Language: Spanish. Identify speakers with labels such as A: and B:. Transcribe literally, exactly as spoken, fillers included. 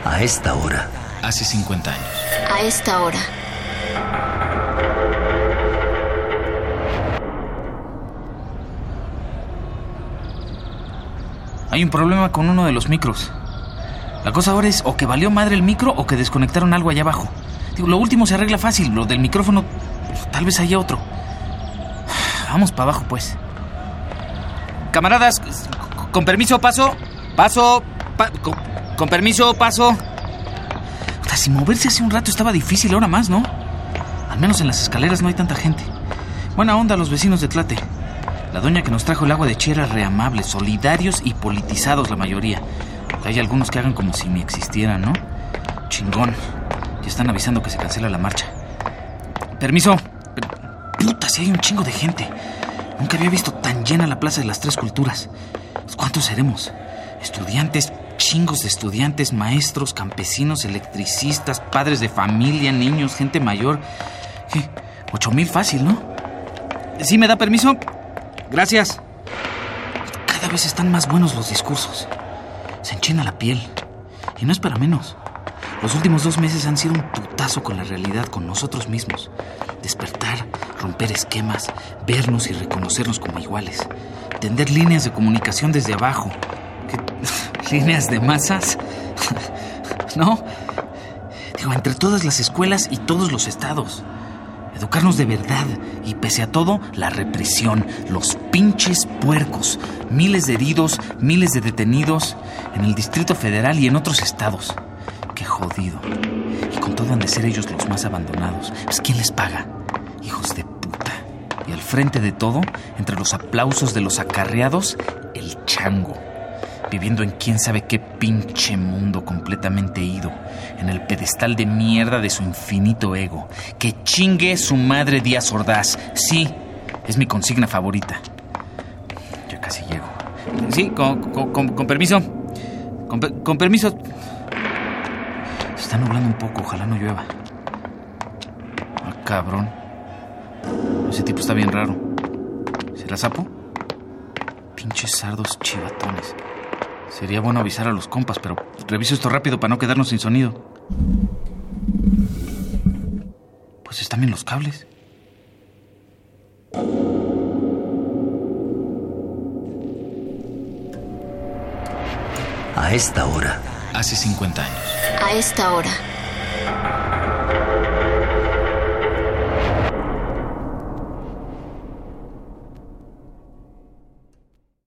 A: A esta hora.
B: Hace cincuenta años.
C: A esta hora.
B: Hay un problema con uno de los micros. La cosa ahora es o que valió madre el micro o que desconectaron algo allá abajo. Digo, lo último se arregla fácil. Lo del micrófono, tal vez haya otro. Vamos para abajo, pues. Camaradas, con permiso, paso. Paso. Pa- con, con permiso, paso. O sea, si moverse hace un rato estaba difícil, ahora más, ¿no? Al menos en las escaleras no hay tanta gente. Buena onda los vecinos de Tlate. La doña que nos trajo el agua de Chía era re amable, solidarios y politizados la mayoría. Hay algunos que hagan como si ni existieran, ¿no? Chingón. Ya están avisando que se cancela la marcha. Permiso. Puta, si hay un chingo de gente. Nunca había visto tan llena la Plaza de las Tres Culturas. ¿Cuántos seremos? Estudiantes, chingos de estudiantes, maestros, campesinos, electricistas, padres de familia, niños, gente mayor. ¿Qué? Ocho mil fácil, ¿no? ¿Sí me da permiso? Gracias. Cada vez están más buenos los discursos. Se enchina la piel. Y no es para menos. Los últimos dos meses han sido un putazo con la realidad, con nosotros mismos. Despertar, romper esquemas, vernos y reconocernos como iguales. Tender líneas de comunicación desde abajo. ¿Qué? ¿Líneas de masas? ¿No? Digo, entre todas las escuelas y todos los estados. Educarnos de verdad y, pese a todo, la represión, los pinches puercos, miles de heridos, miles de detenidos en el Distrito Federal y en otros estados. Qué jodido. Y con todo han de ser ellos los más abandonados. Pues ¿quién les paga? Hijos de puta. Y al frente de todo, entre los aplausos de los acarreados, el chango. Viviendo en quién sabe qué pinche mundo completamente ido, en el pedestal de mierda de su infinito ego. Que chingue su madre Díaz Ordaz. Sí, es mi consigna favorita. Ya casi llego. Sí, con, con, con, con permiso. Con, con permiso. Se está nublando un poco, ojalá no llueva. Ah, cabrón. Ese tipo está bien raro. ¿Será sapo? Pinches sardos chivatones. Sería bueno avisar a los compas, pero reviso esto rápido para no quedarnos sin sonido. Pues están bien los cables.
A: A esta hora.
B: Hace cincuenta años.
C: A esta hora.